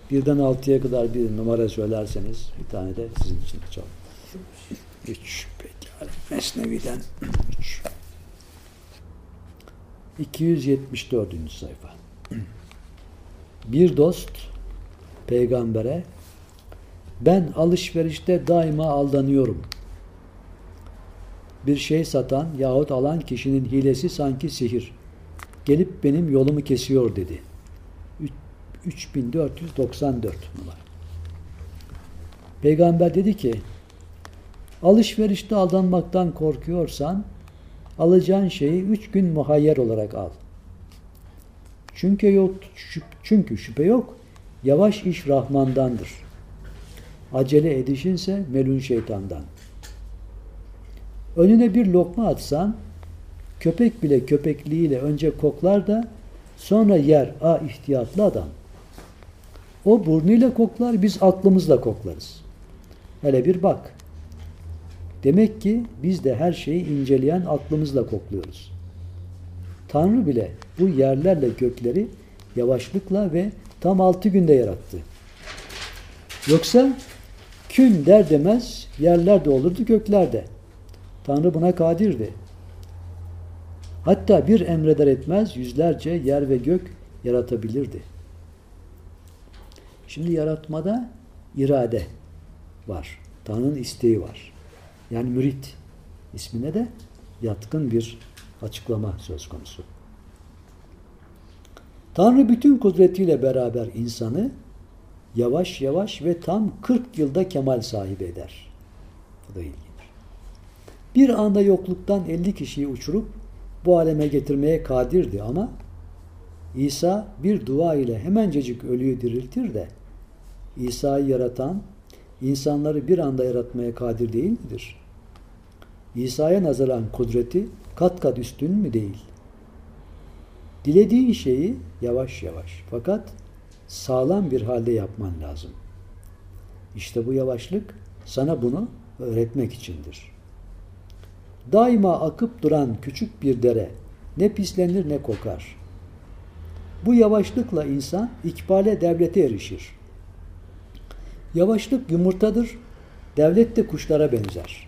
Birden 6'ya kadar bir numara söylerseniz bir tane de sizin için çalın. 3. Pekala. Mesnevi'den 3. 274. sayfa. Bir dost peygambere, ben alışverişte daima aldanıyorum. Bir şey satan yahut alan kişinin hilesi sanki sihir. Gelip benim yolumu kesiyor dedi. 3494 numara. Peygamber dedi ki, alışverişte aldanmaktan korkuyorsan alacağın şeyi 3 gün muhayyer olarak al. Çünkü şüphe yok, yavaş iş Rahman'dandır. Acele edişinse melun şeytandan. Önüne bir lokma atsan, köpek bile köpekliğiyle önce koklar da sonra yer. İhtiyatlı adam. O burnuyla koklar, biz aklımızla koklarız. Hele bir bak. Demek ki biz de her şeyi inceleyen aklımızla kokluyoruz. Tanrı bile bu yerlerle gökleri yavaşlıkla ve tam 6 günde yarattı. Yoksa kün der demez yerler de olurdu, gökler de. Tanrı buna kadirdi. Hatta bir emreder etmez yüzlerce yer ve gök yaratabilirdi. Şimdi yaratmada irade var. Tanrı'nın isteği var. Yani mürit ismine de yatkın bir açıklama söz konusu. Tanrı bütün kudretiyle beraber insanı yavaş yavaş ve tam 40 yılda kemal sahibi eder. Bu da ilginç. Bir anda yokluktan 50 kişiyi uçurup bu aleme getirmeye kadirdi ama İsa bir dua ile hemencecik ölüyü diriltir de İsa'yı yaratan insanları bir anda yaratmaya kadir değil midir? İsa'ya nazaran kudreti kat kat üstün mü değil? Dilediğin şeyi yavaş yavaş fakat sağlam bir halde yapman lazım. İşte bu yavaşlık sana bunu öğretmek içindir. Daima akıp duran küçük bir dere ne pislenir ne kokar. Bu yavaşlıkla insan ikbale devlete erişir. Yavaşlık yumurtadır, devlet de kuşlara benzer.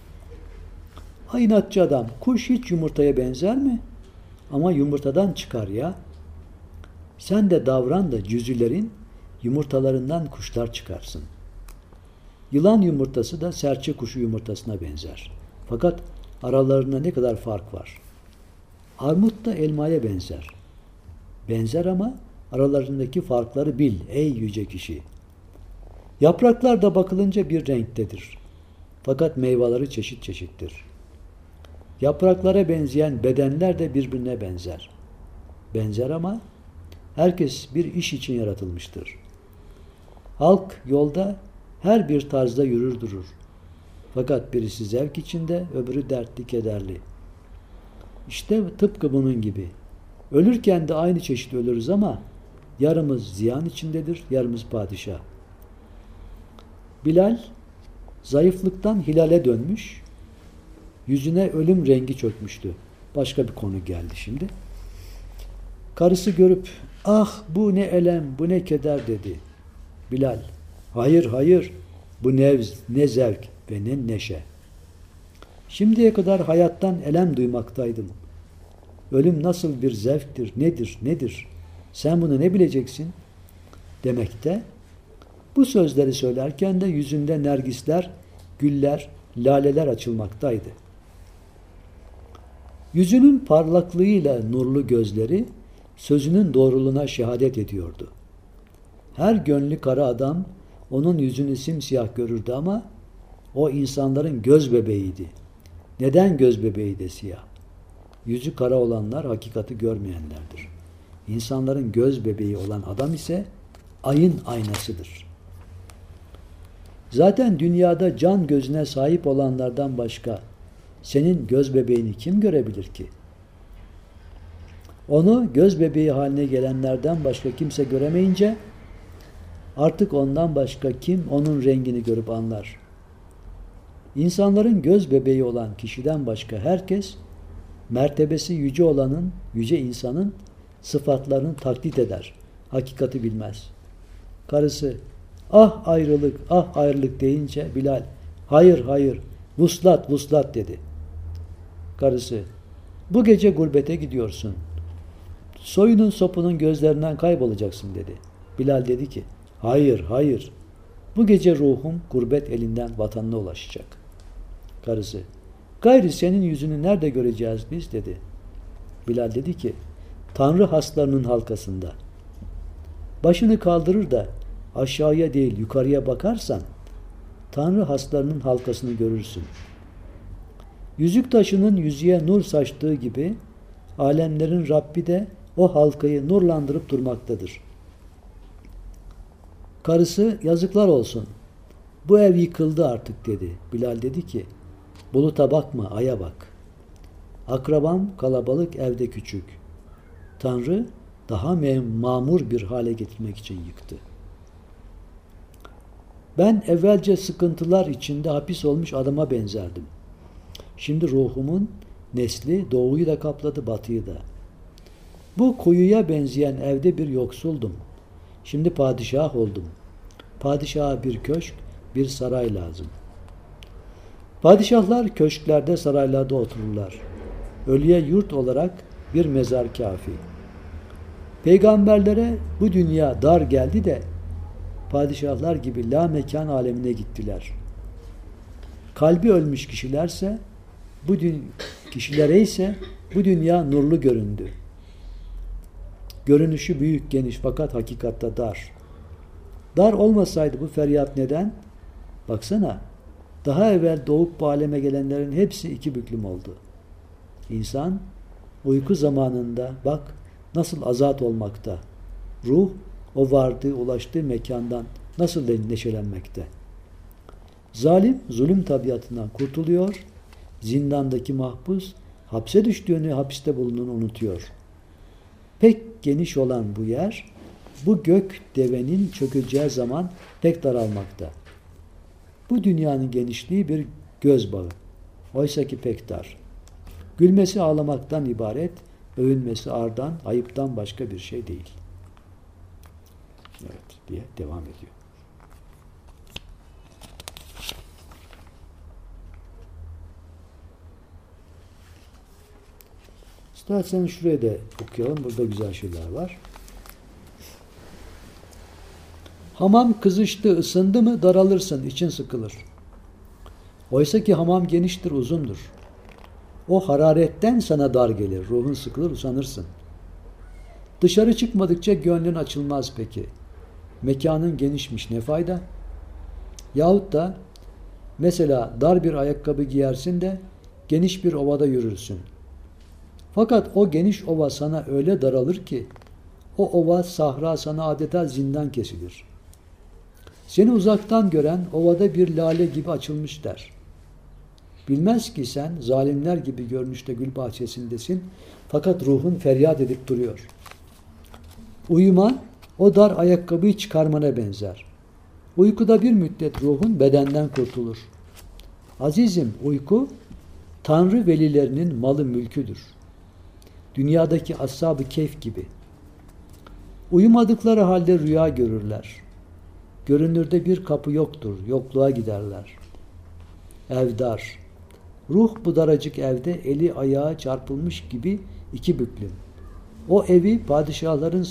İnatçı adam, kuş hiç yumurtaya benzer mi? Ama yumurtadan çıkar ya. Sen de davran da cüzülerin yumurtalarından kuşlar çıkarsın. Yılan yumurtası da serçe kuşu yumurtasına benzer. Fakat aralarında ne kadar fark var. Armut da elmaya benzer. Benzer ama aralarındaki farkları bil ey yüce kişi. Yapraklar da bakılınca bir renktedir. Fakat meyveleri çeşit çeşittir. Yapraklara benzeyen bedenler de birbirine benzer. Benzer ama herkes bir iş için yaratılmıştır. Halk yolda her bir tarzda yürür durur. Fakat birisi zevk içinde, öbürü dertli, kederli. İşte tıpkı bunun gibi. Ölürken de aynı çeşit ölürüz ama yarımız ziyan içindedir, yarımız padişah. Bilal zayıflıktan hilale dönmüş, yüzüne ölüm rengi çökmüştü. Başka bir konu geldi şimdi. Karısı görüp, ah bu ne elem, bu ne keder dedi. Bilal, hayır hayır, bu ne zevk ve ne neşe. Şimdiye kadar hayattan elem duymaktaydım. Ölüm nasıl bir zevktir, nedir? Sen bunu ne bileceksin? Demekte. Bu sözleri söylerken de yüzünde nergisler, güller, laleler açılmaktaydı. Yüzünün parlaklığıyla nurlu gözleri sözünün doğruluğuna şehadet ediyordu. Her gönlü kara adam onun yüzünü simsiyah görürdü ama o insanların göz bebeğiydi. Neden göz bebeği de siyah? Yüzü kara olanlar hakikati görmeyenlerdir. İnsanların göz bebeği olan adam ise ayın aynasıdır. Zaten dünyada can gözüne sahip olanlardan başka senin göz bebeğini kim görebilir ki? Onu göz bebeği haline gelenlerden başka kimse göremeyince artık ondan başka kim onun rengini görüp anlar? İnsanların göz bebeği olan kişiden başka herkes mertebesi yüce olanın, yüce insanın sıfatlarını taklit eder. Hakikati bilmez. Karısı ah ayrılık, ah ayrılık deyince Bilal hayır hayır vuslat vuslat dedi. Karısı bu gece gurbete gidiyorsun. Soyunun sopunun gözlerinden kaybolacaksın dedi. Bilal dedi ki hayır hayır bu gece ruhum gurbet elinden vatanına ulaşacak. Karısı gayri senin yüzünü nerede göreceğiz biz dedi. Bilal dedi ki Tanrı haslarının halkasında. Başını kaldırır da aşağıya değil yukarıya bakarsan Tanrı haslarının halkasını görürsün. Yüzük taşının yüzüğe nur saçtığı gibi alemlerin Rabbi de o halkayı nurlandırıp durmaktadır. Karısı yazıklar olsun. Bu ev yıkıldı artık dedi. Bilal dedi ki buluta bakma aya bak. Akrabam kalabalık evde küçük. Tanrı daha mamur bir hale getirmek için yıktı. Ben evvelce sıkıntılar içinde hapis olmuş adama benzerdim. Şimdi ruhumun nesli doğuyu da kapladı batıyı da. Bu kuyuya benzeyen evde bir yoksuldum. Şimdi padişah oldum. Padişaha bir köşk, bir saray lazım. Padişahlar köşklerde, saraylarda otururlar. Ölüye yurt olarak bir mezar kafi. Peygamberlere bu dünya dar geldi de padişahlar gibi la mekan alemine gittiler. Kalbi ölmüş kişilere ise bu dünya nurlu göründü. Görünüşü büyük, geniş fakat hakikatte dar. Dar olmasaydı bu feryat neden? Baksana, daha evvel doğup bu aleme gelenlerin hepsi iki büklüm oldu. İnsan uyku zamanında bak nasıl azat olmakta. Ruh o vardığı, ulaştığı mekandan nasıl neşelenmekte. Zalim zulüm tabiatından kurtuluyor, zindandaki mahpus hapse düştüğünü, hapiste bulunduğunu unutuyor. Pek geniş olan bu yer, bu gök devenin çökeceği zaman pek daralmakta. Bu dünyanın genişliği bir göz bağı. Oysa ki pek dar. Gülmesi ağlamaktan ibaret, övünmesi ardan, ayıptan başka bir şey değil. Evet diye devam ediyor. İstersen şuraya da okuyalım. Burada güzel şeyler var. Hamam kızıştı, ısındı mı daralırsın, için sıkılır. Oysa ki hamam geniştir, uzundur. O hararetten sana dar gelir, ruhun sıkılır, usanırsın. Dışarı çıkmadıkça gönlün açılmaz peki. Mekanın genişmiş, ne fayda? Yahut da mesela dar bir ayakkabı giyersin de geniş bir ovada yürürsün. Fakat o geniş ova sana öyle daralır ki o ova, sahra sana adeta zindan kesilir. Seni uzaktan gören ovada bir lale gibi açılmış der. Bilmez ki sen zalimler gibi görünüşte gül bahçesindesin fakat ruhun feryat edip duruyor. Uyuman o dar ayakkabıyı çıkarmana benzer. Uykuda bir müddet ruhun bedenden kurtulur. Azizim, uyku Tanrı velilerinin malı mülküdür. Dünyadaki ashab-ı keyf gibi. Uyumadıkları halde rüya görürler. Görünürde bir kapı yoktur, yokluğa giderler. Ev dar. Ruh bu daracık evde eli ayağı çarpılmış gibi iki büklüm. O evi padişahların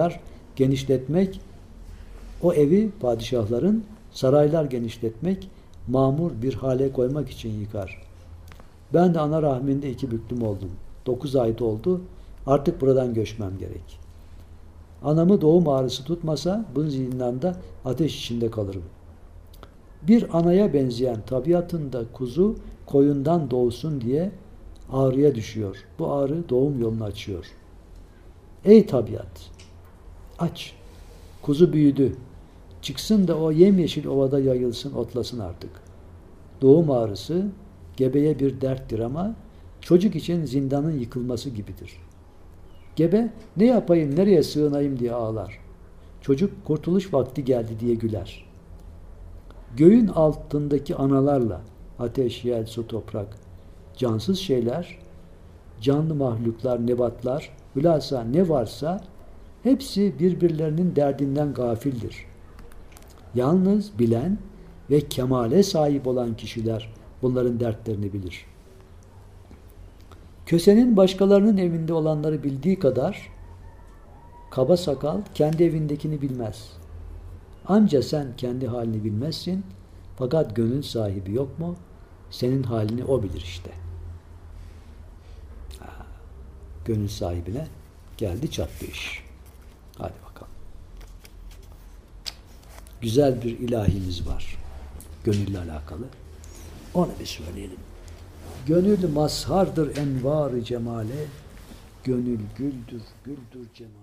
saraylar genişletmek, mamur bir hale koymak için yıkar. Ben de ana rahminde iki büklüm oldum. 9 ayda oldu. Artık buradan göçmem gerek. Anamı doğum ağrısı tutmasa bu zindanda ateş içinde kalırım. Bir anaya benzeyen tabiatında kuzu koyundan doğsun diye ağrıya düşüyor. Bu ağrı doğum yolunu açıyor. Ey tabiat! Aç! Kuzu büyüdü. Çıksın da o yemyeşil ovada yayılsın, otlasın artık. Doğum ağrısı gebeye bir derttir ama çocuk için zindanın yıkılması gibidir. Gebe ne yapayım, nereye sığınayım diye ağlar. Çocuk kurtuluş vakti geldi diye güler. Göğün altındaki analarla ateş, yel, su, toprak, cansız şeyler, canlı mahluklar, nebatlar, hülasa ne varsa hepsi birbirlerinin derdinden gafildir. Yalnız bilen ve kemale sahip olan kişiler bunların dertlerini bilir. Kösenin başkalarının evinde olanları bildiği kadar kaba sakal kendi evindekini bilmez. Anca sen kendi halini bilmezsin, fakat gönül sahibi yok mu? Senin halini o bilir işte. Gönül sahibine geldi çattı iş. Hadi bakalım. Güzel bir ilahimiz var. Gönülle alakalı. Onu bir söyleyelim. Gönül mazhardır envar-ı cemale. Gönül güldür, güldür cemal.